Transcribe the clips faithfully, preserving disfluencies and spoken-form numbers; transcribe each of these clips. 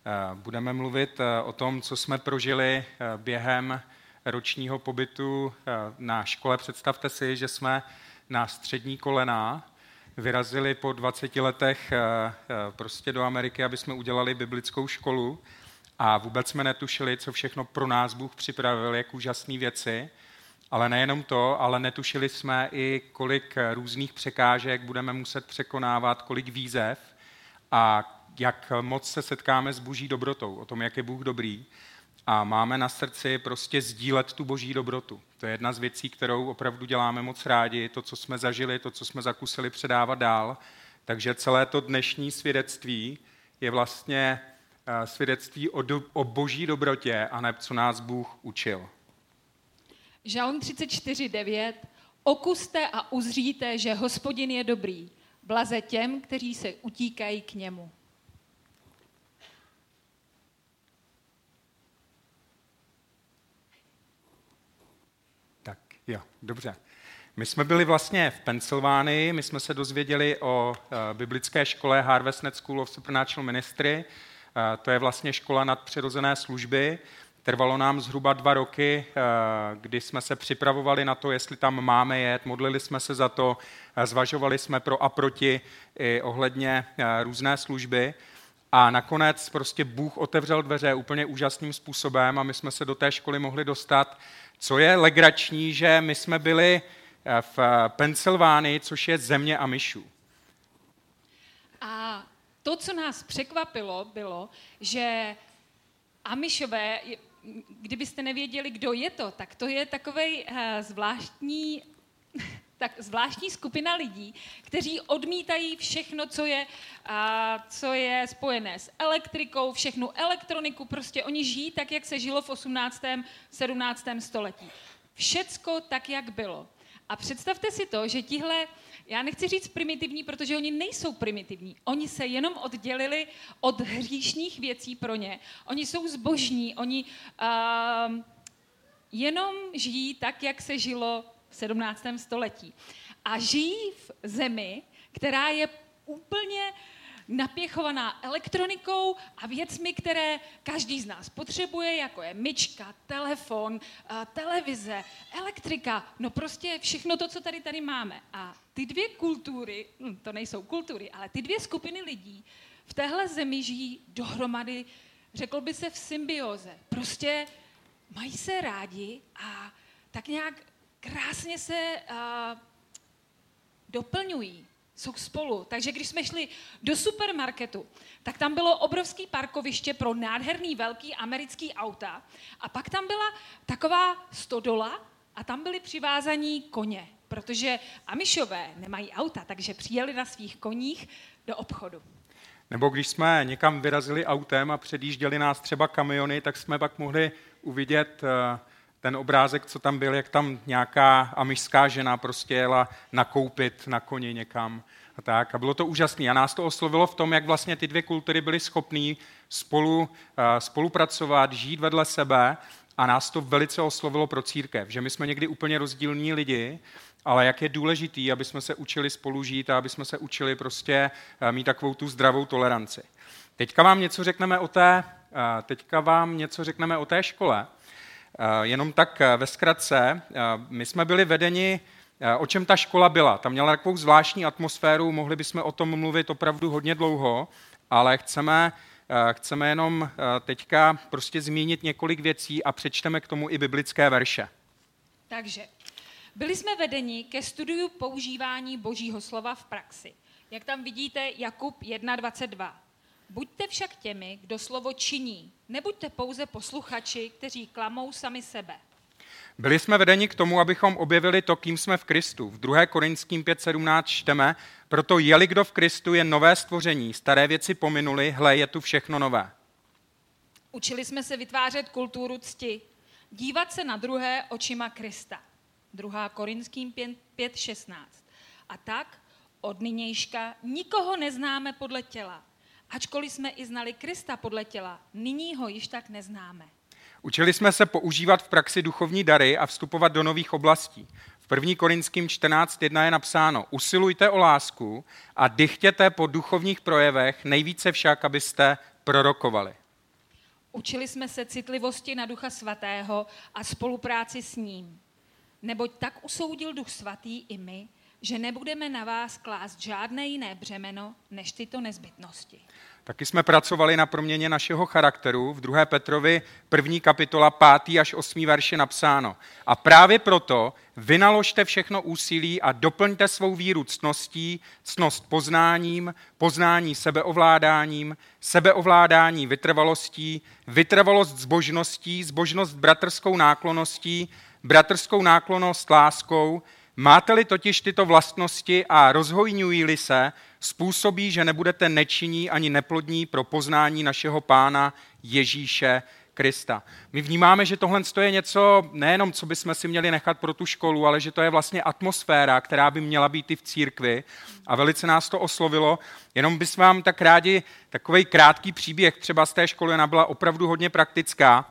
Budeme mluvit o tom, co jsme prožili během ročního pobytu na škole. Představte si, že jsme na střední kolená vyrazili po dvaceti letech prostě do Ameriky, aby jsme udělali biblickou školu a vůbec jsme netušili, co všechno pro nás Bůh připravil, jak úžasné věci. Ale nejenom to, ale netušili jsme i, kolik různých překážek budeme muset překonávat, kolik výzev a jak moc se setkáme s Boží dobrotou, o tom, jak je Bůh dobrý. A máme na srdci prostě sdílet tu Boží dobrotu. To je jedna z věcí, kterou opravdu děláme moc rádi, to, co jsme zažili, to, co jsme zakusili, předávat dál. Takže celé to dnešní svědectví je vlastně svědectví o, do, o Boží dobrotě a ne, co nás Bůh učil. Žalm třicet čtyři devět. Okuste a uzříte, že Hospodin je dobrý. Blaze těm, kteří se utíkají k němu. Tak jo, dobře. My jsme byli vlastně v Pensylvánii, my jsme se dozvěděli o uh, biblické škole Harvest Net School of Supernatural Ministry. Uh, to je vlastně škola nadpřirozené služby. Trvalo nám zhruba dva roky, kdy jsme se připravovali na to, jestli tam máme jet, modlili jsme se za to, zvažovali jsme pro a proti i ohledně různé služby a nakonec prostě Bůh otevřel dveře úplně úžasným způsobem a my jsme se do té školy mohli dostat. Co je legrační, že my jsme byli v Pensylvánii, což je země Amishů. A to, co nás překvapilo, bylo, že Amishové, kdybyste nevěděli, kdo je to, tak to je takovej uh, zvláštní, tak zvláštní skupina lidí, kteří odmítají všechno, co je, uh, co je spojené s elektrikou, všechnu elektroniku, prostě oni žijí tak, jak se žilo v osmnáctém sedmnáctém století. Všecko tak, jak bylo. A představte si to, že tihle, já nechci říct primitivní, protože oni nejsou primitivní. Oni se jenom oddělili od hříšných věcí pro ně. Oni jsou zbožní, oni uh, jenom žijí tak, jak se žilo v sedmnáctém století. A žijí v zemi, která je úplně napěchovaná elektronikou a věcmi, které každý z nás potřebuje, jako je myčka, telefon, televize, elektrika, no prostě všechno to, co tady tady máme. A ty dvě kultury, to nejsou kultury, ale ty dvě skupiny lidí v téhle zemi žijí dohromady, řekl by se v symbioze. Prostě mají se rádi a tak nějak krásně se uh, doplňují. Jsou spolu. Takže když jsme šli do supermarketu, tak tam bylo obrovský parkoviště pro nádherný velký americký auta a pak tam byla taková stodola a tam byli přivázaní koně, protože Amishové nemají auta, takže přijeli na svých koních do obchodu. Nebo když jsme někam vyrazili autem a předjížděli nás třeba kamiony, tak jsme pak mohli uvidět ten obrázek, co tam byl, jak tam nějaká amišská žena prostě jela nakoupit na koni někam a tak. A bylo to úžasné. A nás to oslovilo v tom, jak vlastně ty dvě kultury byly schopný spolu, uh, spolupracovat, žít vedle sebe a nás to velice oslovilo pro církev, že my jsme někdy úplně rozdílní lidi, ale jak je důležitý, aby jsme se učili spolu žít a aby jsme se učili prostě uh, mít takovou tu zdravou toleranci. Teďka vám něco řekneme o té, uh, teďka vám něco řekneme o té škole. Jenom tak ve zkratce, my jsme byli vedeni, o čem ta škola byla. Tam měla takovou zvláštní atmosféru, mohli bychom o tom mluvit opravdu hodně dlouho, ale chceme, chceme jenom teďka prostě zmínit několik věcí a přečteme k tomu i biblické verše. Takže byli jsme vedeni ke studiu používání Božího slova v praxi. Jak tam vidíte, Jakub jedna dvacet dva. Buďte však těmi, kdo slovo činí. Nebuďte pouze posluchači, kteří klamou sami sebe. Byli jsme vedeni k tomu, abychom objevili to, kým jsme v Kristu. V druhé Korinským pět sedmnáct čteme, proto je-li kdo v Kristu, je nové stvoření. Staré věci pominuly, hle, je tu všechno nové. Učili jsme se vytvářet kulturu cti. Dívat se na druhé očima Krista. druhá Korinským pět šestnáct. A tak od nynějška nikoho neznáme podle těla. Ačkoliv jsme i znali Krista podle těla, nyní ho již tak neznáme. Učili jsme se používat v praxi duchovní dary a vstupovat do nových oblastí. V první Korinským čtrnáct jedna je napsáno, usilujte o lásku a dychtěte po duchovních projevech, nejvíce však, abyste prorokovali. Učili jsme se citlivosti na Ducha Svatého a spolupráci s ním. Neboť tak usoudil Duch Svatý i my, že nebudeme na vás klást žádné jiné břemeno, než tyto nezbytnosti. Taky jsme pracovali na proměně našeho charakteru. V druhé Petrovi první kapitola pátý až osmý verš je napsáno. A právě proto vynaložte všechno úsilí a doplňte svou víru ctností, ctnost poznáním, poznání sebeovládáním, sebeovládání vytrvalostí, vytrvalost zbožností, zbožnost bratrskou náklonností, bratrskou náklonnost láskou. Máte-li totiž tyto vlastnosti a rozhojňují-li se, způsobí, že nebudete nečinní ani neplodní pro poznání našeho Pána Ježíše Krista. My vnímáme, že tohle je něco nejenom, co bychom si měli nechat pro tu školu, ale že to je vlastně atmosféra, která by měla být i v církvi a velice nás to oslovilo. Jenom bychom vám tak rádi takovej krátký příběh třeba z té školy, ona byla opravdu hodně praktická.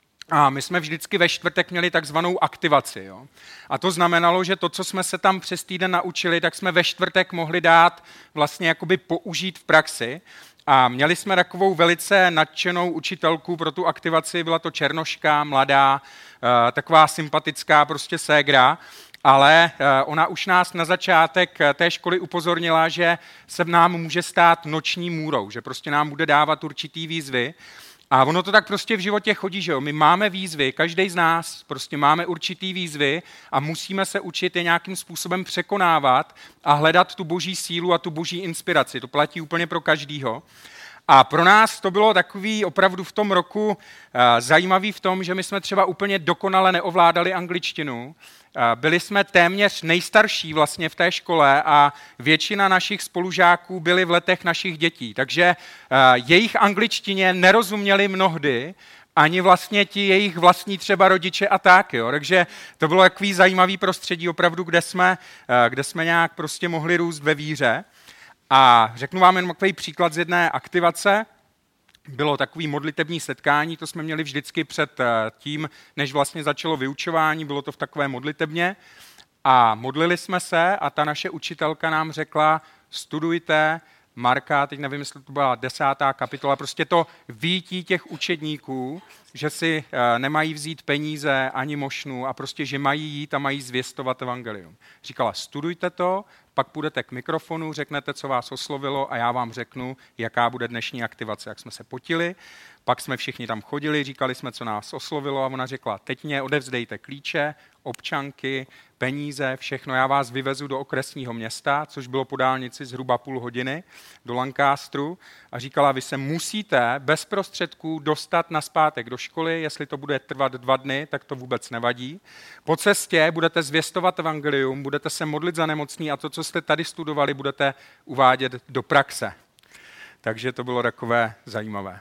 A my jsme vždycky ve čtvrtek měli takzvanou aktivaci. Jo? A to znamenalo, že to, co jsme se tam přes týden naučili, tak jsme ve čtvrtek mohli dát vlastně jakoby použít v praxi. A měli jsme takovou velice nadšenou učitelku pro tu aktivaci, byla to černoška, mladá, taková sympatická prostě ségra, ale ona už nás na začátek té školy upozornila, že se nám může stát noční můrou, že prostě nám bude dávat určitý výzvy. A ono to tak prostě v životě chodí, že jo? My máme výzvy, každý z nás prostě máme určitý výzvy a musíme se učit je nějakým způsobem překonávat a hledat tu boží sílu a tu boží inspiraci. To platí úplně pro každýho. A pro nás to bylo takový opravdu v tom roku uh, zajímavý v tom, že my jsme třeba úplně dokonale neovládali angličtinu. Uh, byli jsme téměř nejstarší vlastně v té škole a většina našich spolužáků byli v letech našich dětí. Takže uh, jejich angličtině nerozuměli mnohdy ani vlastně ti jejich vlastní třeba rodiče a tak. Jo. Takže to bylo takový zajímavý prostředí opravdu, kde jsme, uh, kde jsme nějak prostě mohli růst ve víře. A řeknu vám jen takový příklad z jedné aktivace. Bylo takový modlitební setkání, to jsme měli vždycky před tím, než vlastně začalo vyučování, bylo to v takové modlitebně. A modlili jsme se a ta naše učitelka nám řekla, studujte Marka, teď nevím, jestli to byla desátá kapitola, prostě to výtí těch učedníků, že si nemají vzít peníze ani mošnu a prostě, že mají jít a mají zvěstovat evangelium. Říkala, studujte to, pak půjdete k mikrofonu, řeknete, co vás oslovilo a já vám řeknu, jaká bude dnešní aktivace. Jak jsme se potili, pak jsme všichni tam chodili, říkali jsme, co nás oslovilo a ona řekla, teď mě odevzdejte klíče, občanky, peníze, všechno, já vás vyvezu do okresního města, což bylo po dálnici zhruba půl hodiny, do Lancasteru a říkala, vy se musíte bez prostředků dostat nazpátek do školy, jestli to bude trvat dva dny, tak to vůbec nevadí. Po cestě budete zvěstovat evangelium, budete se modlit za nemocný a to, co jste tady studovali, budete uvádět do praxe. Takže to bylo takové zajímavé.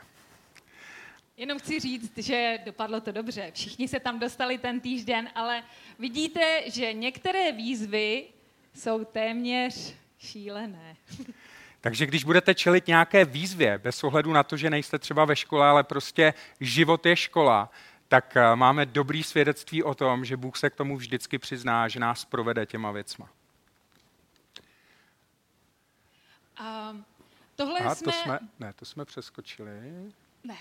Jenom chci říct, že dopadlo to dobře. Všichni se tam dostali ten týžden, ale vidíte, že některé výzvy jsou téměř šílené. Takže když budete čelit nějaké výzvě, bez ohledu na to, že nejste třeba ve škole, ale prostě život je škola, tak máme dobrý svědectví o tom, že Bůh se k tomu vždycky přizná, že nás provede těma věcma. A tohle Aha, jsme... To jsme... Ne, to jsme přeskočili. Ne.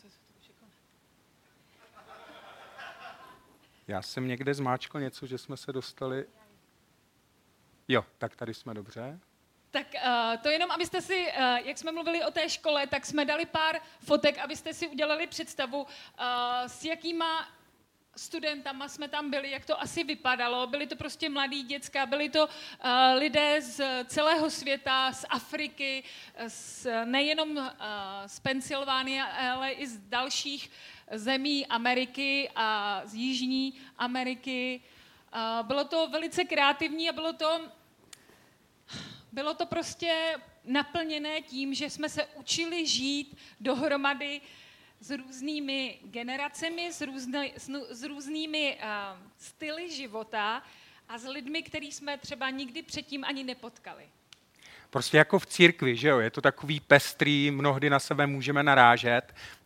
Já jsem někde zmáčkl něco, že jsme se dostali... Jo, tak tady jsme dobře. Tak uh, to jenom, abyste si, uh, jak jsme mluvili o té škole, tak jsme dali pár fotek, abyste si udělali představu, uh, s jakýma studentama jsme tam byli, jak to asi vypadalo. Byli to prostě mladí děcka, byli to uh, lidé z celého světa, z Afriky, z, nejenom uh, z Pensylvánie, ale i z dalších zemí Ameriky a z Jižní Ameriky. Uh, bylo to velice kreativní a bylo to, bylo to prostě naplněné tím, že jsme se učili žít dohromady s různými generacemi, s, různy, s různými uh, styly života a s lidmi, který jsme třeba nikdy předtím ani nepotkali. Prostě jako v církvi, že jo, je to takový pestrý, mnohdy na sebe můžeme narážet,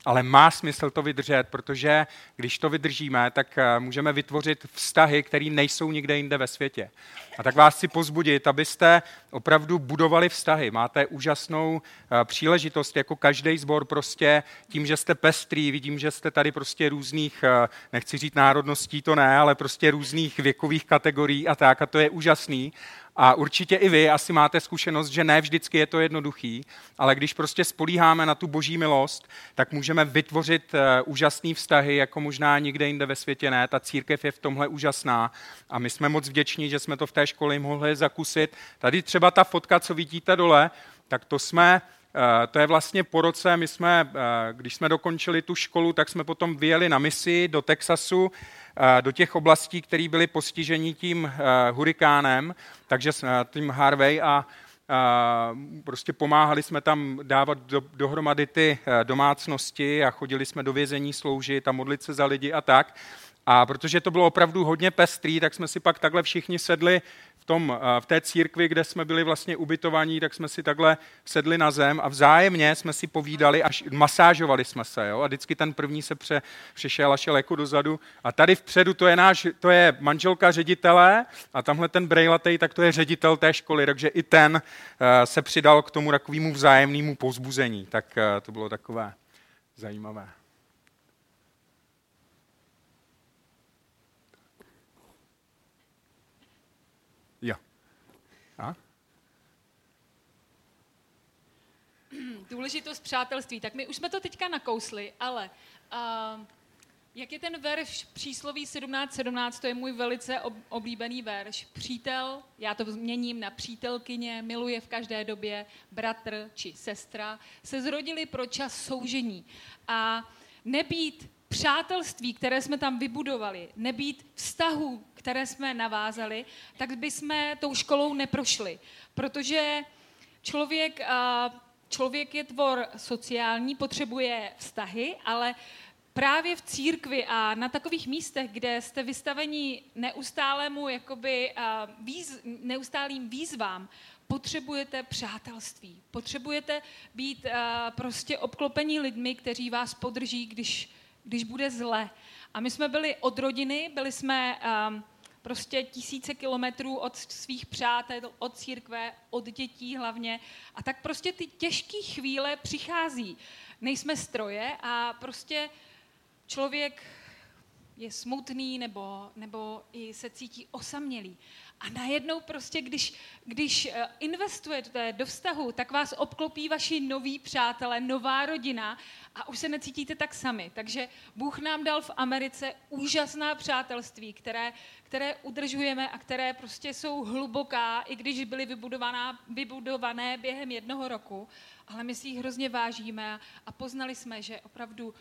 ale má smysl to vydržet, protože když to vydržíme, tak můžeme vytvořit vztahy, které nejsou nikde jinde ve světě. A tak vás chci pozbudit, abyste opravdu budovali vztahy. Máte úžasnou příležitost, jako každý sbor prostě tím, že jste pestrý, vidím, že jste tady prostě různých, nechci říct národností, to ne, ale prostě různých věkových kategorií a tak, a to je úžasný. A určitě i vy asi máte zkušenost, že ne vždycky je to jednoduchý, ale když prostě spolíháme na tu boží milost, tak můžeme vytvořit úžasný vztahy, jako možná nikde jinde ve světě ne. Ta církev je v tomhle úžasná a my jsme moc vděční, že jsme to v té škole mohli zakusit. Tady třeba ta fotka, co vidíte dole, tak to jsme... To je vlastně po roce, my jsme, když jsme dokončili tu školu, tak jsme potom vyjeli na misi do Texasu, do těch oblastí, které byly postiženi tím hurikánem, takže tím Harvey a prostě pomáhali jsme tam dávat do, dohromady ty domácnosti a chodili jsme do vězení sloužit a modlit se za lidi a tak. A protože to bylo opravdu hodně pestrý, tak jsme si pak takhle všichni sedli v, tom, v té církvi, kde jsme byli vlastně ubytovaní, tak jsme si takhle sedli na zem a vzájemně jsme si povídali, až masážovali jsme se. Jo? A vždycky ten první se pře, přešel a šel jako dozadu. A tady vpředu to je, náš, to je manželka ředitele a tamhle ten brejlatej, tak to je ředitel té školy, takže i ten uh, se přidal k tomu takovému vzájemnému povzbuzení. Tak uh, to bylo takové zajímavé. Jo. A? Důležitost přátelství. Tak my už jsme to teďka nakousli, ale uh, jak je ten verš přísloví sedmnáct sedmnáct, to je můj velice ob- oblíbený verš. Přítel, já to změním na přítelkyně, miluje v každé době, bratr či sestra, se zrodili pro čas soužení. A nebýt přátelství, které jsme tam vybudovali, nebýt vztahů, které jsme navázali, tak bychom tou školou neprošli. Protože člověk, člověk je tvor sociální, potřebuje vztahy, ale právě v církvi a na takových místech, kde jste vystaveni neustálému, jakoby, výz, neustálým výzvám, potřebujete přátelství. Potřebujete být prostě obklopení lidmi, kteří vás podrží, když když bude zle. A my jsme byli od rodiny, byli jsme um, prostě tisíce kilometrů od svých přátel, od církve, od dětí hlavně. A tak prostě ty těžké chvíle přichází. Nejsme stroje a prostě člověk je smutný nebo, nebo i se cítí osamělý. A najednou prostě, když, když investujete do vztahu, tak vás obklopí vaši noví přátelé, nová rodina a už se necítíte tak sami. Takže Bůh nám dal v Americe úžasná přátelství, které, které udržujeme a které prostě jsou hluboká, i když byly vybudovaná, vybudované během jednoho roku, ale my si jich hrozně vážíme a poznali jsme, že opravdu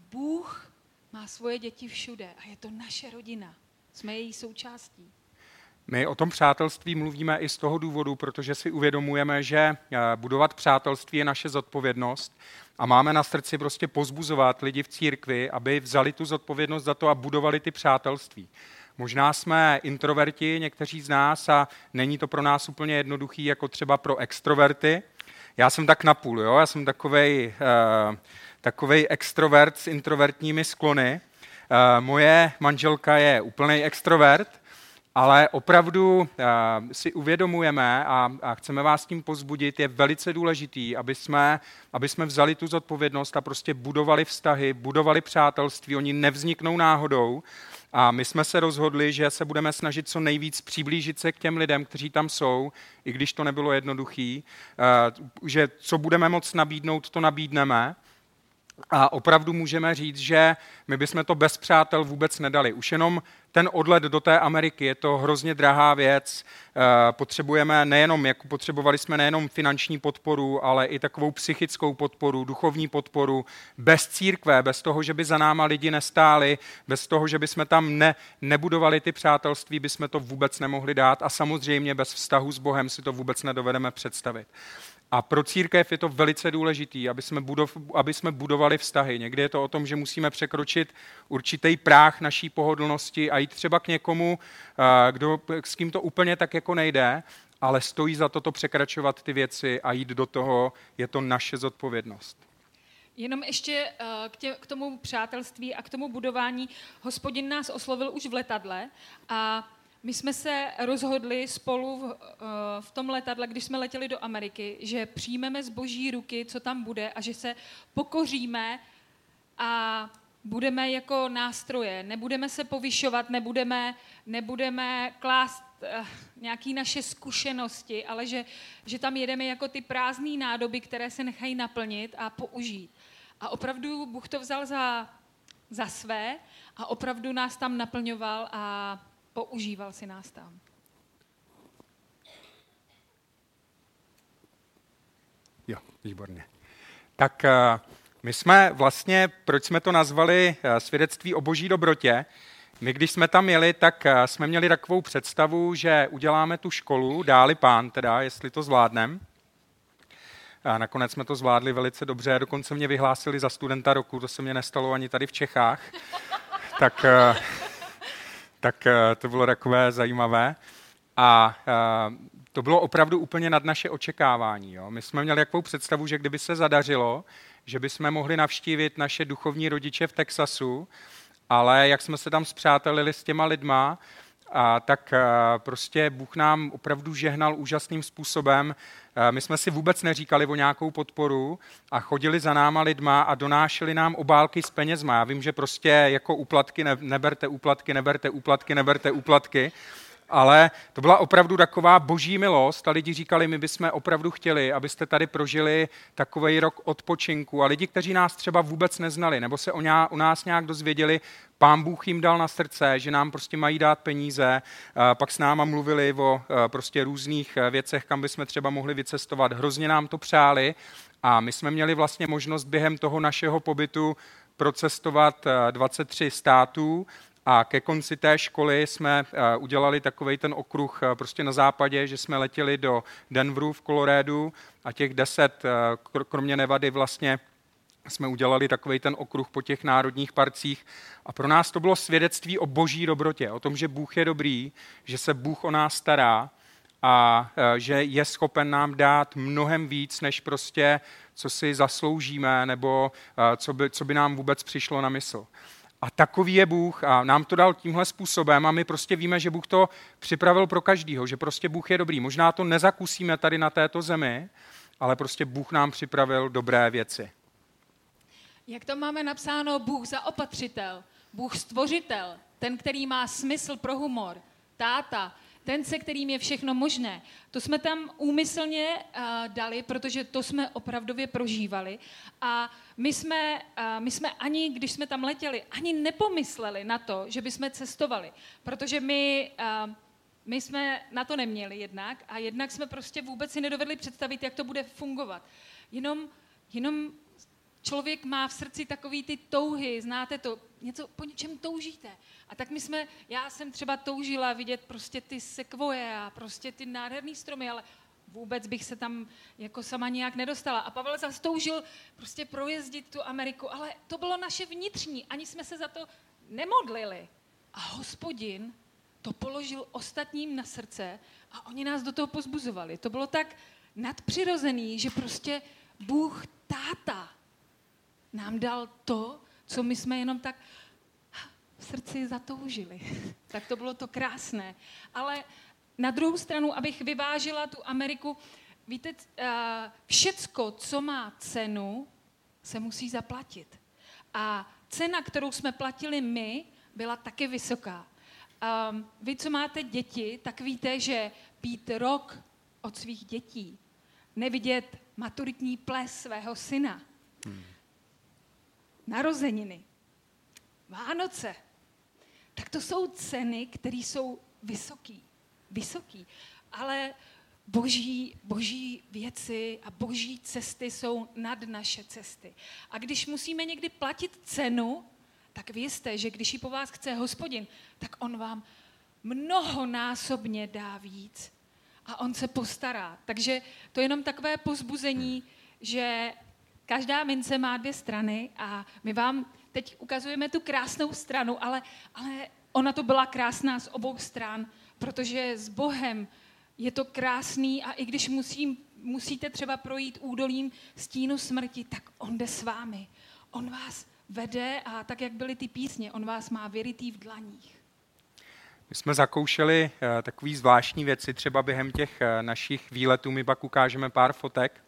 Bůh má svoje děti všude a je to naše rodina. Jsme její součástí. My o tom přátelství mluvíme i z toho důvodu, protože si uvědomujeme, že budovat přátelství je naše zodpovědnost a máme na srdci prostě pozbuzovat lidi v církvi, aby vzali tu zodpovědnost za to a budovali ty přátelství. Možná jsme introverti, někteří z nás, a není to pro nás úplně jednoduchý, jako třeba pro extroverty. Já jsem tak napůl, jo? Já jsem takovej, uh, takovej extrovert s introvertními sklony. Uh, moje manželka je úplný extrovert, ale opravdu uh, si uvědomujeme a, a chceme vás tím pozbudit, je velice důležitý, aby jsme, aby jsme vzali tu zodpovědnost a prostě budovali vztahy, budovali přátelství, oni nevzniknou náhodou. A my jsme se rozhodli, že se budeme snažit co nejvíc přiblížit se k těm lidem, kteří tam jsou, i když to nebylo jednoduchý, uh, že co budeme moct nabídnout, to nabídneme. A opravdu můžeme říct, že my bychom to bez přátel vůbec nedali. Už jenom ten odlet do té Ameriky je to hrozně drahá věc. Potřebujeme nejenom, jako potřebovali jsme nejenom finanční podporu, ale i takovou psychickou podporu, duchovní podporu. Bez církve, bez toho, že by za náma lidi nestáli, bez toho, že by jsme tam ne, nebudovali ty přátelství, by jsme to vůbec nemohli dát. A samozřejmě bez vztahu s Bohem si to vůbec nedovedeme představit. A pro církev je to velice důležitý, aby jsme, budov, aby jsme budovali vztahy. Někdy je to o tom, že musíme překročit určitý práh naší pohodlnosti a jít třeba k někomu, kdo, s kým to úplně tak jako nejde, ale stojí za to to překračovat ty věci a jít do toho, je to naše zodpovědnost. Jenom ještě uh, k, tě, k tomu přátelství a k tomu budování. Hospodin nás oslovil už v letadle a my jsme se rozhodli spolu v, uh, v tom letadle, když jsme letěli do Ameriky, že přijmeme z Boží ruky, co tam bude a že se pokoříme a budeme jako nástroje. Nebudeme se povyšovat, nebudeme, nebudeme klást uh, nějaké naše zkušenosti, ale že, že tam jedeme jako ty prázdné nádoby, které se nechají naplnit a použít. A opravdu Bůh to vzal za, za své a opravdu nás tam naplňoval a používal si nás tam. Jo, výborně. Tak my jsme vlastně, proč jsme to nazvali svědectví o boží dobrotě? My, když jsme tam jeli, tak jsme měli takovou představu, že uděláme tu školu, dáli pán teda, jestli to zvládneme. A nakonec jsme to zvládli velice dobře, dokonce mě vyhlásili za studenta roku, to se mě nestalo ani tady v Čechách. tak, tak to bylo takové zajímavé. A to bylo opravdu úplně nad naše očekávání. Jo. My jsme měli takovou představu, že kdyby se zadařilo, že bychom mohli navštívit naše duchovní rodiče v Texasu, ale jak jsme se tam spřátelili s těma lidma, a tak prostě Bůh nám opravdu žehnal úžasným způsobem. My jsme si vůbec neříkali o nějakou podporu a chodili za náma lidma a donášeli nám obálky s penězma. Já vím, že prostě jako úplatky, ne, neberte úplatky, neberte úplatky, neberte úplatky, ale to byla opravdu taková boží milost a lidi říkali, my bychom opravdu chtěli, abyste tady prožili takovej rok odpočinku a lidi, kteří nás třeba vůbec neznali nebo se o, ně, o nás nějak dozvěděli, Pán Bůh jim dal na srdce, že nám prostě mají dát peníze, pak s náma mluvili o prostě různých věcech, kam bychom třeba mohli vycestovat, hrozně nám to přáli a my jsme měli vlastně možnost během toho našeho pobytu procestovat dvacet tři států. A ke konci té školy jsme udělali takovej ten okruh prostě na západě, že jsme letěli do Denveru v Coloradu a těch deset, kromě Nevady vlastně, jsme udělali takovej ten okruh po těch národních parcích. A pro nás to bylo svědectví o boží dobrotě, o tom, že Bůh je dobrý, že se Bůh o nás stará a že je schopen nám dát mnohem víc, než prostě, co si zasloužíme nebo co by, co by nám vůbec přišlo na mysl. A takový je Bůh a nám to dal tímhle způsobem a my prostě víme, že Bůh to připravil pro každýho, že prostě Bůh je dobrý. Možná to nezakusíme tady na této zemi, ale prostě Bůh nám připravil dobré věci. Jak to máme napsáno, Bůh zaopatřitel, Bůh stvořitel, ten, který má smysl pro humor, táta, ten, se kterým je všechno možné. To jsme tam úmyslně uh, dali, protože to jsme opravdově prožívali. A my jsme, uh, my jsme ani, když jsme tam letěli, ani nepomysleli na to, že bychom cestovali. Protože my, uh, my jsme na to neměli jednak a jednak jsme prostě vůbec si nedovedli představit, jak to bude fungovat. Jenom, jenom člověk má v srdci takový ty touhy, znáte to, něco, po něčem toužíte. A tak my jsme, já jsem třeba toužila vidět prostě ty sekvoje a prostě ty nádherný stromy, ale vůbec bych se tam jako sama nějak nedostala. A Pavel zase toužil prostě projezdit tu Ameriku, ale to bylo naše vnitřní, ani jsme se za to nemodlili. A Hospodin to položil ostatním na srdce a oni nás do toho pozbuzovali. To bylo tak nadpřirozený, že prostě Bůh táta nám dal to, co my jsme jenom tak v srdci zatoužili. Tak to bylo to krásné. Ale na druhou stranu, abych vyvážila tu Ameriku, víte, všecko, co má cenu, se musí zaplatit. A cena, kterou jsme platili my, byla taky vysoká. Vy, co máte děti, tak víte, že pít rok od svých dětí, nevidět maturitní ples svého syna, hmm. narozeniny, Vánoce, tak to jsou ceny, které jsou vysoký, vysoký. Ale boží, boží věci a boží cesty jsou nad naše cesty. A když musíme někdy platit cenu, tak vězte, že když ji po vás chce Hospodin, tak on vám mnohonásobně dá víc. A on se postará. Takže to je jenom takové povzbuzení, že každá mince má dvě strany a my vám teď ukazujeme tu krásnou stranu, ale, ale ona to byla krásná z obou stran, protože s Bohem je to krásný a i když musím, musíte třeba projít údolím stínu smrti, tak on jde s vámi. On vás vede a tak, jak byly ty písně, on vás má vyrytý v dlaních. My jsme zakoušeli uh, takový zvláštní věci, třeba během těch uh, našich výletů, my pak ukážeme pár fotek.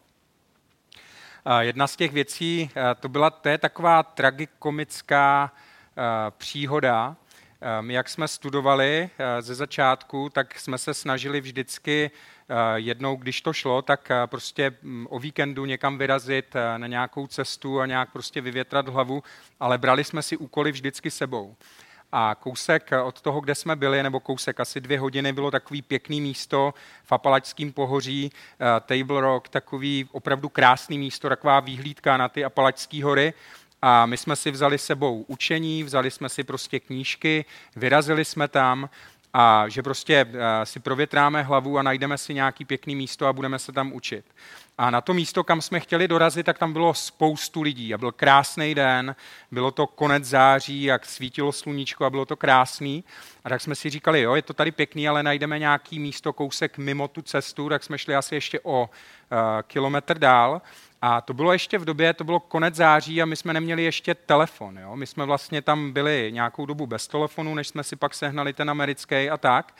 Uh, jedna z těch věcí, uh, to byla, to je taková tragikomická uh, příhoda. Uh, my, jak jsme studovali uh, ze začátku, tak jsme se snažili vždycky uh, jednou, když to šlo, tak uh, prostě um, o víkendu někam vyrazit uh, na nějakou cestu a nějak prostě vyvětrat hlavu, ale brali jsme si úkoly vždycky sebou. A kousek od toho, kde jsme byli, nebo kousek asi dvě hodiny, bylo takový pěkný místo v Apalačském pohoří, uh, Table Rock, takový opravdu krásný místo, taková výhlídka na ty Apalačské hory. A my jsme si vzali sebou učení, vzali jsme si prostě knížky, vyrazili jsme tam a že prostě uh, si provětráme hlavu a najdeme si nějaký pěkný místo a budeme se tam učit. A na to místo, kam jsme chtěli dorazit, tak tam bylo spoustu lidí a byl krásný den, bylo to konec září, jak svítilo sluníčko a bylo to krásný. A tak jsme si říkali, jo, je to tady pěkný, ale najdeme nějaký místo, kousek mimo tu cestu, tak jsme šli asi ještě o uh, kilometr dál. A to bylo ještě v době, to bylo konec září a my jsme neměli ještě telefon. Jo? My jsme vlastně tam byli nějakou dobu bez telefonu, než jsme si pak sehnali ten americký a tak.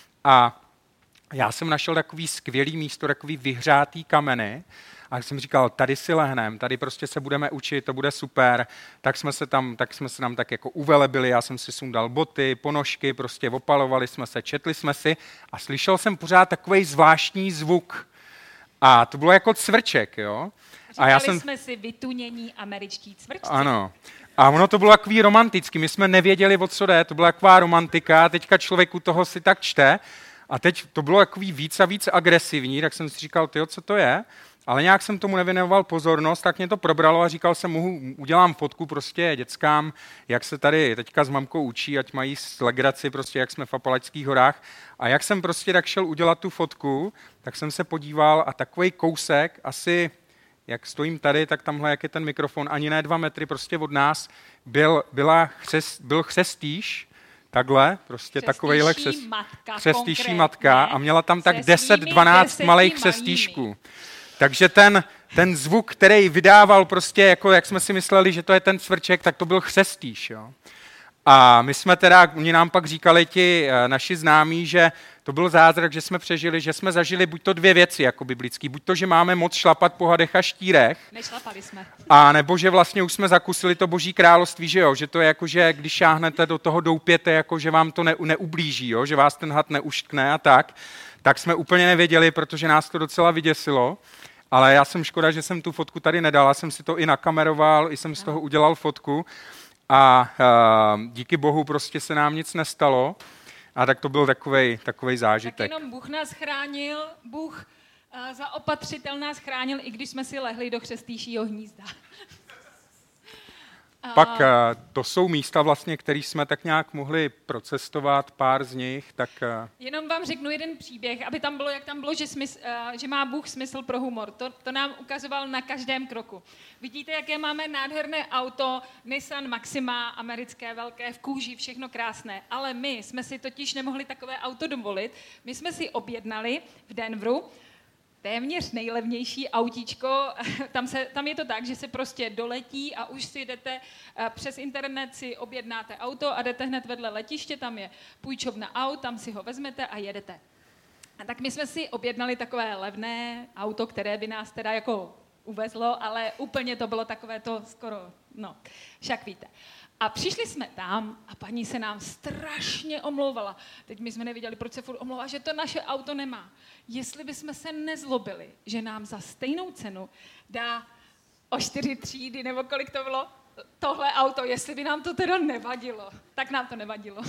A já jsem našel takový skvělý místo, takový vyhřátý kameny a jsem říkal, tady si lehnem, tady prostě se budeme učit, to bude super. Tak jsme se tam, tak jsme se tam tak jako uvelebili, já jsem si sundal boty, ponožky, prostě opalovali jsme se, četli jsme si a slyšel jsem pořád takovej zvláštní zvuk. A to bylo jako cvrček, jo. Říkali a já jsem... jsme si vytunění američtí cvrčci. Ano. A ono to bylo takový romantický, my jsme nevěděli, o co jde, to byla taková romantika, teďka člověk u toho si tak čte a teď to bylo takový víc a víc agresivní, tak jsem si říkal, tyjo, co to je? Ale nějak jsem tomu nevěnoval pozornost, tak mě to probralo a říkal jsem, mohu, udělám fotku prostě dětskám, jak se tady teďka s mamkou učí, ať mají legraci, prostě jak jsme v Apalačských horách. A jak jsem prostě tak šel udělat tu fotku, tak jsem se podíval a takovej kousek, asi jak stojím tady, tak tamhle, jak je ten mikrofon, ani ne dva metry prostě od nás, byl, byla chřest, byl chřestýš, takhle, prostě takovejhle křes, matka, chřestýší matka a měla tam tak deset dvanáct malých chřestíšků. Takže ten, ten zvuk, který vydával prostě, jako jak jsme si mysleli, že to je ten cvrček, tak to byl chřestýš. Jo? A my jsme teda, oni nám pak říkali ti naši známí, že to byl zázrak, že jsme přežili, že jsme zažili buď to dvě věci jako biblický, buď to, že máme moc šlapat po hadech a štírech, nešlapali jsme. A nebo že vlastně už jsme zakusili to boží království, že jo, že to je jako, že když šáhnete do toho doupěte, jako že vám to ne, neublíží, jo, že vás ten had neuštkne a tak, tak jsme úplně nevěděli, protože nás to docela vyděsilo. Ale já jsem škoda, že jsem tu fotku tady nedal, já jsem si to i nakameroval, i jsem z toho udělal fotku a uh, díky bohu prostě se nám nic nestalo a tak to byl takovej, takovej zážitek. Tak jenom Bůh nás chránil, Bůh uh, zaopatřitel nás chránil, i když jsme si lehli do chřestýšího hnízda. Pak uh, to jsou místa vlastně, které jsme tak nějak mohli procestovat, pár z nich, tak... Uh... Jenom vám řeknu jeden příběh, aby tam bylo, jak tam bylo, že, smysl, uh, že má Bůh smysl pro humor. To, to nám ukazoval na každém kroku. Vidíte, jaké máme nádherné auto, Nissan Maxima, americké, velké, v kůži, všechno krásné. Ale my jsme si totiž nemohli takové auto dovolit. My jsme si objednali v Denveru téměř nejlevnější autíčko. Tam, se, tam je to tak, že se prostě doletí a už si jdete přes internet, si objednáte auto a jdete hned vedle letiště, tam je půjčovna aut, tam si ho vezmete a jedete. A tak my jsme si objednali takové levné auto, které by nás teda jako uvezlo, ale úplně to bylo takové to skoro, no, však víte. A přišli jsme tam a paní se nám strašně omlouvala. Teď my jsme nevěděli, proč se furt omlouvá, že to naše auto nemá. Jestli bychom se nezlobili, že nám za stejnou cenu dá o čtyři třídy, nebo kolik to bylo, tohle auto, jestli by nám to teda nevadilo, tak nám to nevadilo.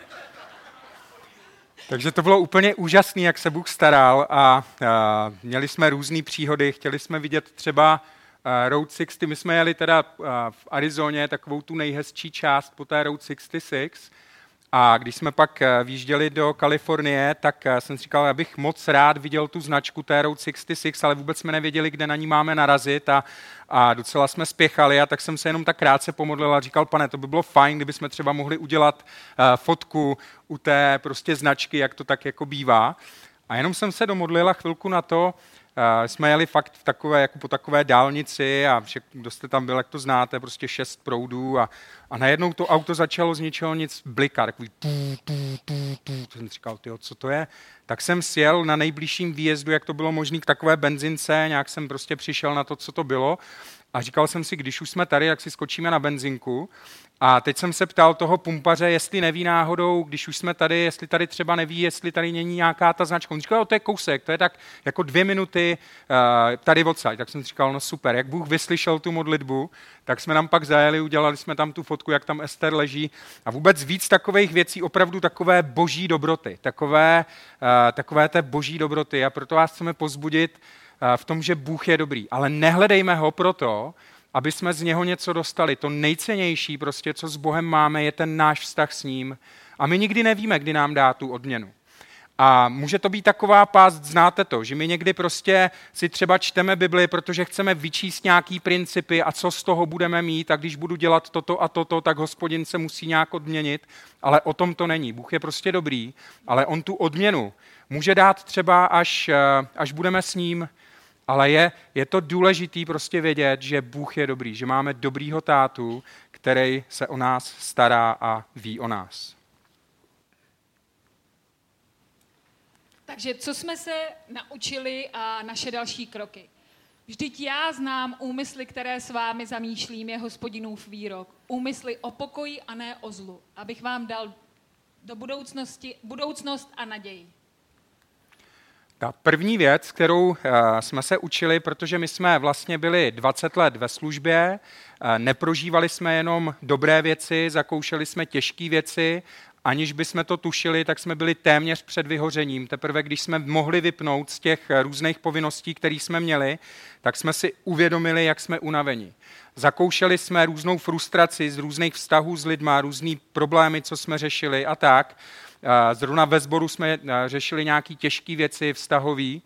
Takže to bylo úplně úžasné, jak se Bůh staral a, a měli jsme různé příhody, chtěli jsme vidět třeba Uh, Route šedesát šest, my jsme jeli teda uh, v Arizoně, takovou tu nejhezčí část po té Route šedesát šest a když jsme pak uh, výjížděli do Kalifornie, tak uh, jsem si říkal, já bych moc rád viděl tu značku té Route šedesát šest, ale vůbec jsme nevěděli, kde na ní máme narazit a, a docela jsme spěchali a tak jsem se jenom tak krátce pomodlil a říkal, pane, to by bylo fajn, kdyby jsme třeba mohli udělat uh, fotku u té prostě značky, jak to tak jako bývá. A jenom jsem se domodlil a chvilku na to, uh, jsme jeli fakt v takové, jako po takové dálnici a však, kdo jste tam byl, jak to znáte, prostě šest proudů a, a najednou to auto začalo z ničeho nic blikat, takový tu, tu, tu, tu. To jsem říkal, tyjo, co to je? Tak jsem sjel na nejbližším výjezdu, jak to bylo možné, k takové benzince, nějak jsem prostě přišel na to, co to bylo a říkal jsem si, když už jsme tady, tak si skočíme na benzinku. A teď jsem se ptal toho pumpaře, jestli neví náhodou, když už jsme tady, jestli tady třeba neví, jestli tady není nějaká ta značka. On říkal, to je kousek, to je tak jako dvě minuty uh, tady odsaď. Tak jsem si říkal, no super, jak Bůh vyslyšel tu modlitbu, tak jsme tam pak zajeli, udělali jsme tam tu fotku, jak tam Ester leží. A vůbec víc takových věcí, opravdu takové boží dobroty, takové, uh, takové té boží dobroty. A proto vás chceme pozbudit uh, v tom, že Bůh je dobrý. Ale nehledejme ho proto, aby jsme z něho něco dostali. To nejcennější, prostě, co s Bohem máme, je ten náš vztah s ním. A my nikdy nevíme, kdy nám dá tu odměnu. A může to být taková pást, znáte to, že my někdy prostě si třeba čteme Bibli, protože chceme vyčíst nějaký principy a co z toho budeme mít a když budu dělat toto a toto, tak Hospodin se musí nějak odměnit, ale o tom to není. Bůh je prostě dobrý, ale on tu odměnu může dát třeba, až, až budeme s ním. Ale je, je to důležitý prostě vědět, že Bůh je dobrý, že máme dobrýho tátu, který se o nás stará a ví o nás. Takže co jsme se naučili a naše další kroky? Vždyť já znám úmysly, které s vámi zamýšlím, je Hospodinův výrok. Úmysly o pokoji a ne o zlu, abych vám dal do budoucnosti budoucnost a naději. Ta první věc, kterou uh, jsme se učili, protože my jsme vlastně byli dvacet let ve službě, uh, neprožívali jsme jenom dobré věci, zakoušeli jsme těžké věci, aniž bychom to tušili, tak jsme byli téměř před vyhořením. Teprve když jsme mohli vypnout z těch různých povinností, které jsme měli, tak jsme si uvědomili, jak jsme unaveni. Zakoušeli jsme různou frustraci z různých vztahů s lidma, různý problémy, co jsme řešili a tak. Zrovna ve sboru jsme řešili nějaké těžké věci vztahové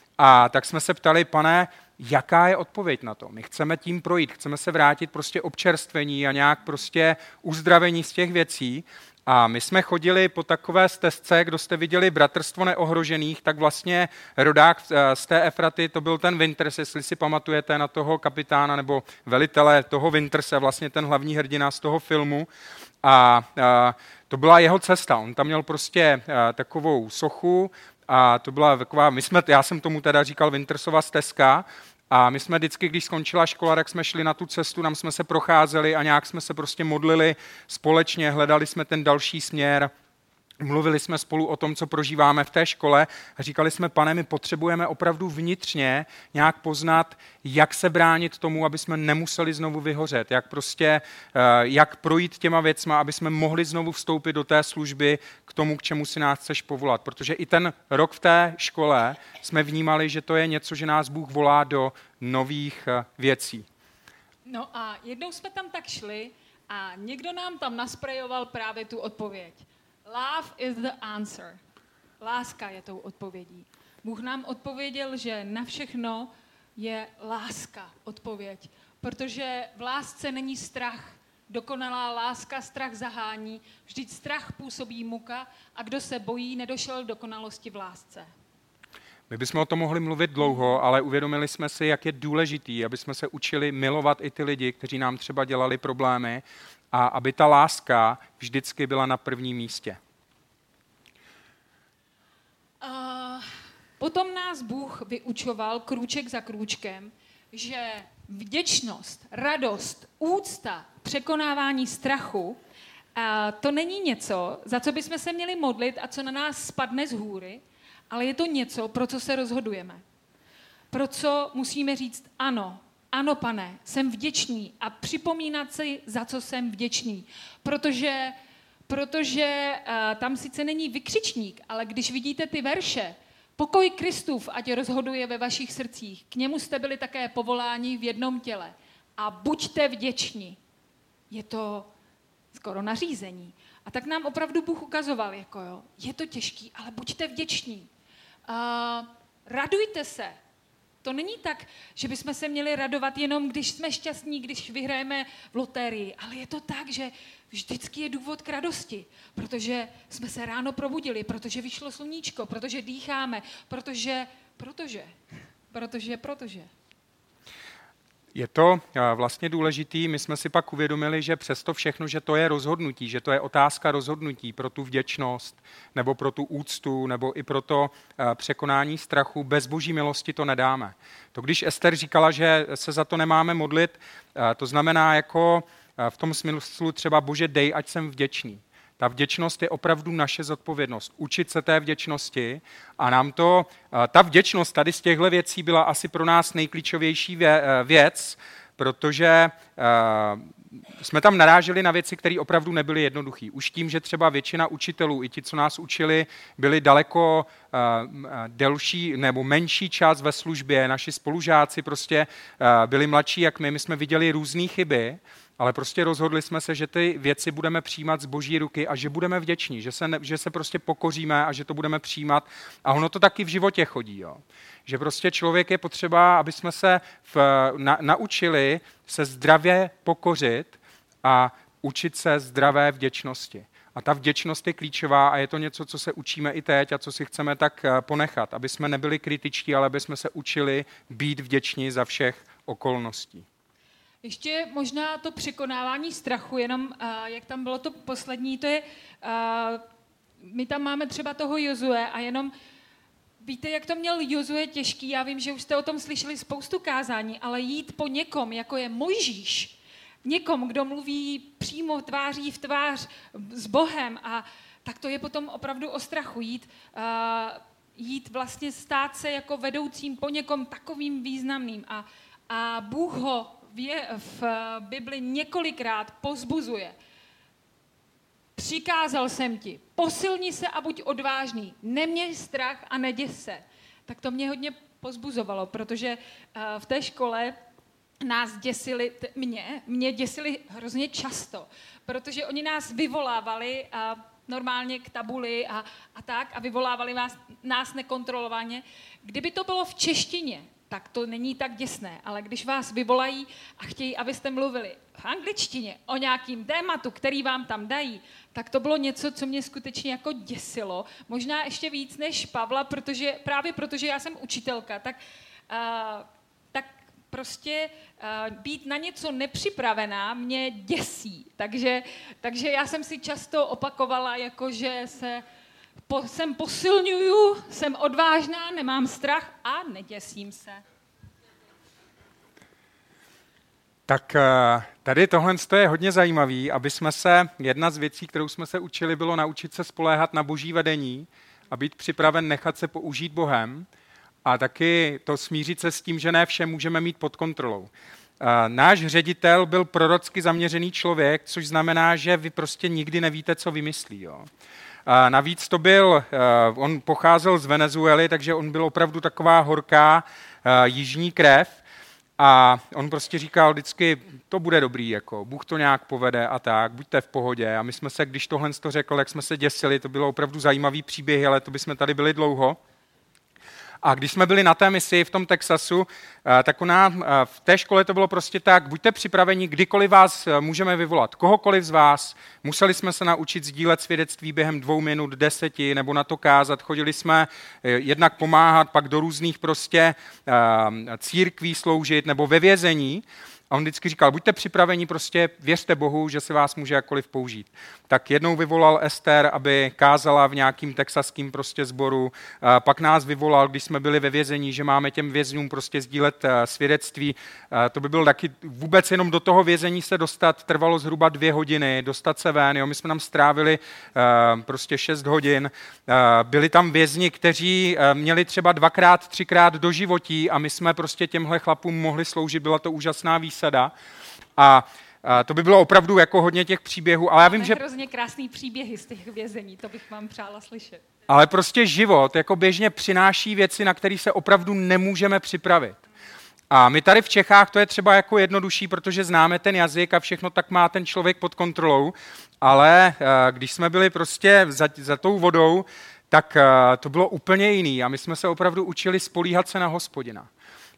a tak jsme se ptali, Pane, jaká je odpověď na to? My chceme tím projít, chceme se vrátit prostě občerstvení a nějak prostě uzdravení z těch věcí. A my jsme chodili po takové stezce, kdo jste viděli Bratrstvo neohrožených, tak vlastně rodák z té Efraty, to byl ten Winters, jestli si pamatujete na toho kapitána nebo velitele toho Winterse, vlastně ten hlavní hrdina z toho filmu. A, a to byla jeho cesta, on tam měl prostě a, takovou sochu a to byla taková, my jsme, já jsem tomu teda říkal Wintersova stezka, a my jsme vždycky, když skončila škola, tak jsme šli na tu cestu, tam jsme se procházeli a nějak jsme se prostě modlili společně, hledali jsme ten další směr, mluvili jsme spolu o tom, co prožíváme v té škole a říkali jsme, Pane, my potřebujeme opravdu vnitřně nějak poznat, jak se bránit tomu, aby jsme nemuseli znovu vyhořet, jak prostě, jak projít těma věcma, aby jsme mohli znovu vstoupit do té služby k tomu, k čemu si nás chceš povolat. Protože i ten rok v té škole jsme vnímali, že to je něco, že nás Bůh volá do nových věcí. No a jednou jsme tam tak šli a někdo nám tam nasprejoval právě tu odpověď. Love is the answer. Láska je tou odpovědí. Bůh nám odpověděl, že na všechno je láska odpověď, protože v lásce není strach. Dokonalá láska strach zahání, vždyť strach působí muka a kdo se bojí, nedošel k dokonalosti v lásce. My bychom o tom mohli mluvit dlouho, ale uvědomili jsme si, jak je důležitý, aby jsme se učili milovat i ty lidi, kteří nám třeba dělali problémy, a aby ta láska vždycky byla na prvním místě. Uh, potom nás Bůh vyučoval krůček za krůčkem, že vděčnost, radost, úcta, překonávání strachu, uh, to není něco, za co bychom se měli modlit a co na nás spadne z hůry, ale je to něco, pro co se rozhodujeme. Pro co musíme říct ano, ano, Pane, jsem vděčný a připomínat si, za co jsem vděčný. Protože, protože uh, tam sice není vykřičník, ale když vidíte ty verše, pokoj Kristův, ať rozhoduje ve vašich srdcích, k němu jste byli také povoláni v jednom těle. A buďte vděční. Je to skoro nařízení. A tak nám opravdu Bůh ukazoval, jako jo, je to těžký, ale buďte vděční. Uh, radujte se. To není tak, že bychom se měli radovat jenom, když jsme šťastní, když vyhrajeme v loterii, ale je to tak, že vždycky je důvod k radosti, protože jsme se ráno probudili, protože vyšlo sluníčko, protože dýcháme, protože, protože, protože, protože. Je to vlastně důležitý, my jsme si pak uvědomili, že přesto všechno, že to je rozhodnutí, že to je otázka rozhodnutí pro tu vděčnost, nebo pro tu úctu, nebo i pro to překonání strachu, bez boží milosti to nedáme. To když Ester říkala, že se za to nemáme modlit, to znamená jako v tom smyslu třeba Bože dej, ať jsem vděčný. Ta vděčnost je opravdu naše zodpovědnost. Učit se té vděčnosti a nám to, ta vděčnost tady z těchto věcí byla asi pro nás nejklíčovější věc, protože jsme tam naráželi na věci, které opravdu nebyly jednoduché. Už tím, že třeba většina učitelů, i ti, co nás učili, byli daleko delší nebo menší čas ve službě, naši spolužáci prostě byli mladší jak my, my jsme viděli různé chyby, ale prostě rozhodli jsme se, že ty věci budeme přijímat z boží ruky a že budeme vděční, že se, ne, že se prostě pokoříme a že to budeme přijímat. A ono to taky v životě chodí. Jo. Že prostě člověk je potřeba, aby jsme se v, na, naučili se zdravě pokořit a učit se zdravé vděčnosti. A ta vděčnost je klíčová a je to něco, co se učíme i teď a co si chceme tak ponechat, aby jsme nebyli kritičtí, ale aby jsme se učili být vděční za všech okolností. Ještě možná to překonávání strachu, jenom uh, jak tam bylo to poslední, to je, uh, my tam máme třeba toho Jozue a jenom víte, jak to měl Jozue těžký, já vím, že už jste o tom slyšeli spoustu kázání, ale jít po někom, jako je Mojžíš, někom, kdo mluví přímo tváří v tvář s Bohem, a tak to je potom opravdu o strachu jít, uh, jít vlastně stát se jako vedoucím po někom takovým významným a, a Bůh ho v, v Bibli několikrát povzbuzuje. Přikázal jsem ti, posilni se a buď odvážný, neměj strach a neděs se. Tak to mě hodně povzbuzovalo, protože uh, v té škole nás děsili, t- mě, mě děsili hrozně často, protože oni nás vyvolávali uh, normálně k tabuli a, a tak a vyvolávali vás, nás nekontrolovaně. Kdyby to bylo v češtině, tak to není tak děsné, ale když vás vyvolají a chtějí, abyste mluvili v angličtině o nějakým tématu, který vám tam dají, tak to bylo něco, co mě skutečně jako děsilo. Možná ještě víc než Pavla, protože, právě protože já jsem učitelka, tak, uh, tak prostě uh, být na něco nepřipravená mě děsí. Takže, takže já jsem si často opakovala, jako že se Po, jsem posilňuju, jsem odvážná, nemám strach a neděsím se. Tak tady tohle je hodně zajímavý, aby jsme se, jedna z věcí, kterou jsme se učili, bylo naučit se spoléhat na boží vedení a být připraven nechat se použít Bohem a taky to smířit se s tím, že ne vše můžeme mít pod kontrolou. Náš ředitel byl prorocky zaměřený člověk, což znamená, že vy prostě nikdy nevíte, co vymyslí. Jo. A navíc to byl, on pocházel z Venezuely, takže on byl opravdu taková horká jižní krev a on prostě říkal vždycky, to bude dobrý, jako, Bůh to nějak povede a tak, buďte v pohodě. A my jsme se, když tohle to řekl, jak jsme se děsili, to bylo opravdu zajímavý příběh, ale to bychom tady byli dlouho. A když jsme byli na té misi v tom Texasu, tak ona, v té škole to bylo prostě tak, buďte připraveni, kdykoliv vás můžeme vyvolat, kohokoliv z vás. Museli jsme se naučit sdílet svědectví během dvou minut, deseti, nebo na to kázat. Chodili jsme jednak pomáhat, pak do různých prostě církví sloužit, nebo ve vězení. A on vždycky říkal, buďte připraveni, prostě věřte Bohu, že si vás může jakkoliv použít. Tak jednou vyvolal Ester, aby kázala v nějakým texaským prostě sboru, pak nás vyvolal, když jsme byli ve vězení, že máme těm vězňům prostě sdílet svědectví. To by bylo taky vůbec jenom do toho vězení se dostat, trvalo zhruba dvě hodiny, dostat se ven, jo? My jsme tam strávili prostě šest hodin. Byli tam vězni, kteří měli třeba dvakrát, třikrát do životí a my jsme prostě těmhle chlapům mohli sloužit, byla to úžasná výsada. A A to by bylo opravdu jako hodně těch příběhů, ale já vím, že... hrozně krásný příběhy z těch vězení, to bych vám přála slyšet. Ale prostě život jako běžně přináší věci, na které se opravdu nemůžeme připravit. A my tady v Čechách to je třeba jako jednodušší, protože známe ten jazyk a všechno tak má ten člověk pod kontrolou, ale když jsme byli prostě za, za tou vodou, tak to bylo úplně jiný a my jsme se opravdu učili spolíhat se na Hospodina.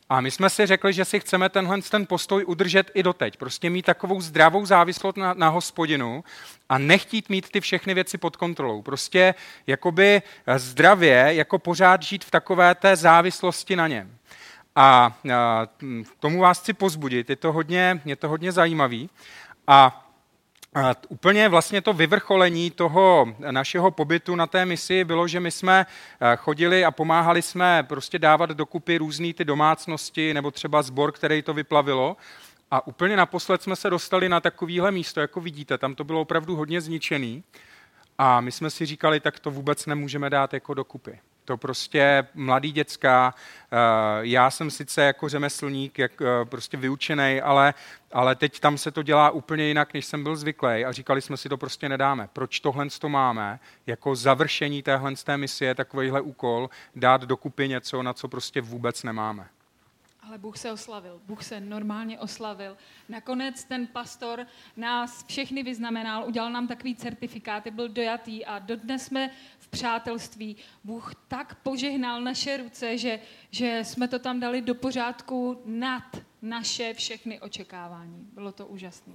A my jsme si řekli, že si chceme tenhle ten postoj udržet i doteď. Prostě mít takovou zdravou závislost na, na Hospodinu a nechtít mít ty všechny věci pod kontrolou. Prostě jakoby zdravě, jako pořád žít v takové té závislosti na něm. A, a tomu vás chci pozbudit, je to hodně, je to hodně zajímavý. A A úplně vlastně to vyvrcholení toho našeho pobytu na té misi bylo, že my jsme chodili a pomáhali jsme prostě dávat dokupy různý ty domácnosti nebo třeba sbor, který to vyplavilo. A úplně naposled jsme se dostali na takovéhle místo, jako vidíte, tam to bylo opravdu hodně zničený. A my jsme si říkali, tak to vůbec nemůžeme dát jako dokupy. To prostě mladý děcka, já jsem sice jako řemeslník, jak prostě vyučenej, ale, ale teď tam se to dělá úplně jinak, než jsem byl zvyklý a říkali jsme si, to prostě nedáme. Proč tohle to máme? Jako završení téhle misie, takovýhle úkol, dát dokupy něco, na co prostě vůbec nemáme. Ale Bůh se oslavil, Bůh se normálně oslavil. Nakonec ten pastor nás všechny vyznamenal, udělal nám takový certifikáty, byl dojatý a dodnes jsme v přátelství. Bůh tak požehnal naše ruce, že, že jsme to tam dali do pořádku nad naše všechny očekávání. Bylo to úžasné.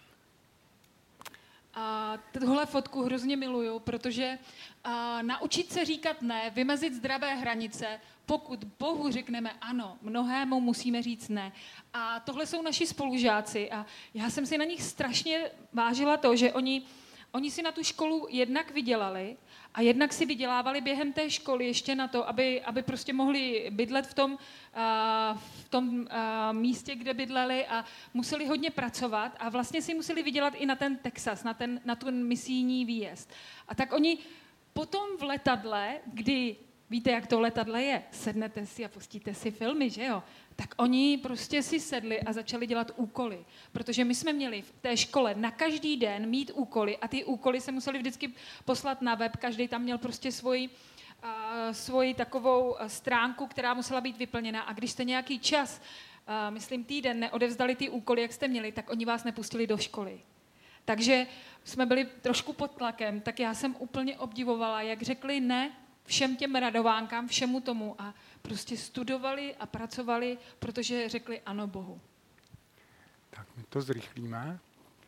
A tuhle fotku hrozně miluju, protože a, naučit se říkat ne, vymezit zdravé hranice, pokud Bohu řekneme ano, mnohému musíme říct ne. A tohle jsou naši spolužáci a já jsem si na nich strašně vážila to, že oni, oni si na tu školu jednak vydělali a jednak si vydělávali během té školy ještě na to, aby, aby prostě mohli bydlet v tom, uh, v tom uh, místě, kde bydleli a museli hodně pracovat a vlastně si museli vydělat i na ten Texas, na ten, na ten misijní výjezd. A tak oni potom v letadle, kdy víte, jak to letadle je, sednete si a pustíte si filmy, že jo? Tak oni prostě si sedli a začali dělat úkoly. Protože my jsme měli v té škole na každý den mít úkoly a ty úkoly se museli vždycky poslat na web, každý tam měl prostě svoji, uh, svoji takovou stránku, která musela být vyplněna a když jste nějaký čas, uh, myslím týden, neodevzdali ty úkoly, jak jste měli, tak oni vás nepustili do školy. Takže jsme byli trošku pod tlakem, tak já jsem úplně obdivovala, jak řekli ne všem těm radovánkám, všemu tomu a prostě studovali a pracovali, protože řekli ano Bohu. Tak my to zrychlíme.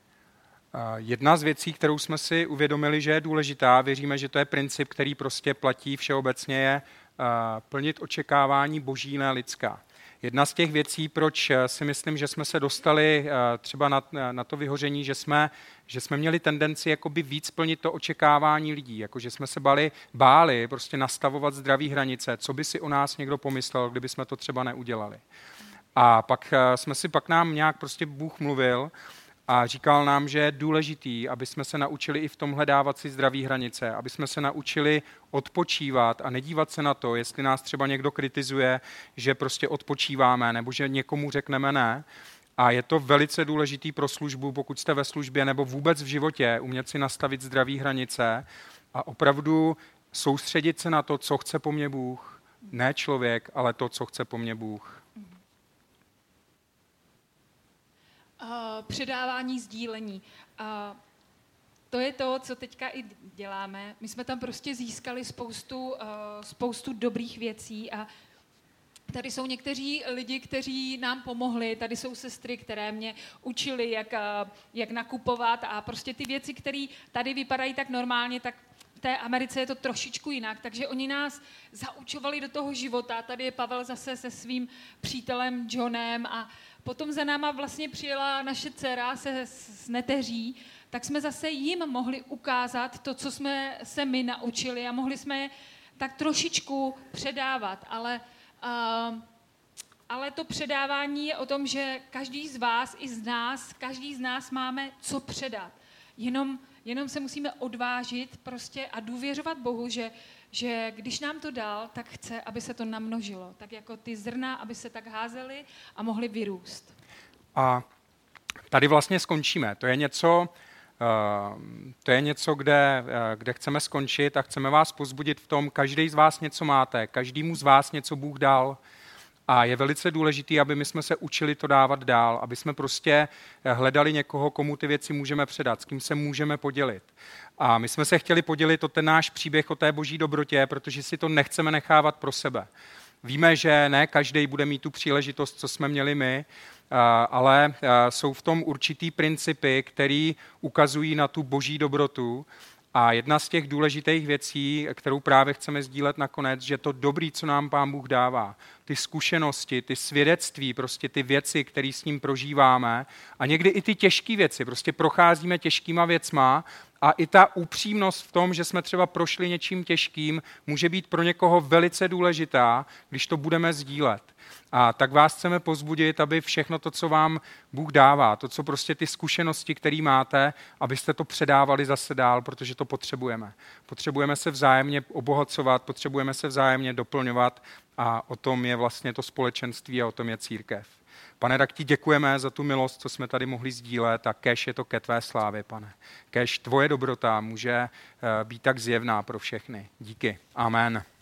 Jedna z věcí, kterou jsme si uvědomili, že je důležitá, věříme, že to je princip, který prostě platí všeobecně, je plnit očekávání boží, ne lidská. Jedna z těch věcí, proč si myslím, že jsme se dostali třeba na, na to vyhoření, že jsme, že jsme měli tendenci jakoby víc plnit to očekávání lidí, jako že jsme se bali, báli prostě nastavovat zdraví hranice, co by si o nás někdo pomyslel, kdyby jsme to třeba neudělali. A pak jsme si pak nám nějak prostě Bůh mluvil a říkal nám, že je důležitý, aby jsme se naučili i v tomhle dávat si zdraví hranice, aby jsme se naučili odpočívat a nedívat se na to, jestli nás třeba někdo kritizuje, že prostě odpočíváme nebo že někomu řekneme ne. A je to velice důležitý pro službu, pokud jste ve službě nebo vůbec v životě, umět si nastavit zdraví hranice a opravdu soustředit se na to, co chce po mně Bůh. Ne člověk, ale to, co chce po mně Bůh. Uh, předávání, sdílení. Uh, to je to, co teďka i děláme. My jsme tam prostě získali spoustu, uh, spoustu dobrých věcí a tady jsou někteří lidi, kteří nám pomohli, tady jsou sestry, které mě učily, jak, uh, jak nakupovat a prostě ty věci, které tady vypadají tak normálně, tak v té Americe je to trošičku jinak, takže oni nás zaučovali do toho života. Tady je Pavel zase se svým přítelem Johnem a potom za náma vlastně přijela naše dcera se s neteří, tak jsme zase jim mohli ukázat to, co jsme se my naučili a mohli jsme je tak trošičku předávat, ale, uh, ale to předávání je o tom, že každý z vás i z nás, každý z nás máme co předat. Jenom, jenom se musíme odvážit prostě a důvěřovat Bohu, že, že když nám to dal, tak chce, aby se to namnožilo. Tak jako ty zrna, aby se tak házely a mohly vyrůst. A tady vlastně skončíme. To je něco, to je něco, kde, kde chceme skončit a chceme vás pozbudit v tom, každý z vás něco máte, každému z vás něco Bůh dal. A je velice důležité, aby my jsme se učili to dávat dál, aby jsme prostě hledali někoho, komu ty věci můžeme předat, s kým se můžeme podělit. A my jsme se chtěli podělit o ten náš příběh o té boží dobrotě, protože si to nechceme nechávat pro sebe. Víme, že ne každý bude mít tu příležitost, co jsme měli my, ale jsou v tom určitý principy, které ukazují na tu boží dobrotu. A jedna z těch důležitých věcí, kterou právě chceme sdílet nakonec, že to dobrý, co nám Pán Bůh dává, ty zkušenosti, ty svědectví, prostě ty věci, které s ním prožíváme a někdy i ty těžké věci, prostě procházíme těžkýma věcma a i ta upřímnost v tom, že jsme třeba prošli něčím těžkým, může být pro někoho velice důležitá, když to budeme sdílet. A tak vás chceme povzbudit, aby všechno to, co vám Bůh dává, to, co prostě ty zkušenosti, které máte, abyste to předávali zase dál, protože to potřebujeme. Potřebujeme se vzájemně obohacovat, potřebujeme se vzájemně doplňovat a o tom je vlastně to společenství a o tom je církev. Pane, tak ti děkujeme za tu milost, co jsme tady mohli sdílet a kéž je to ke tvé slávě, pane. Kéž tvoje dobrota může být tak zjevná pro všechny. Díky. Amen.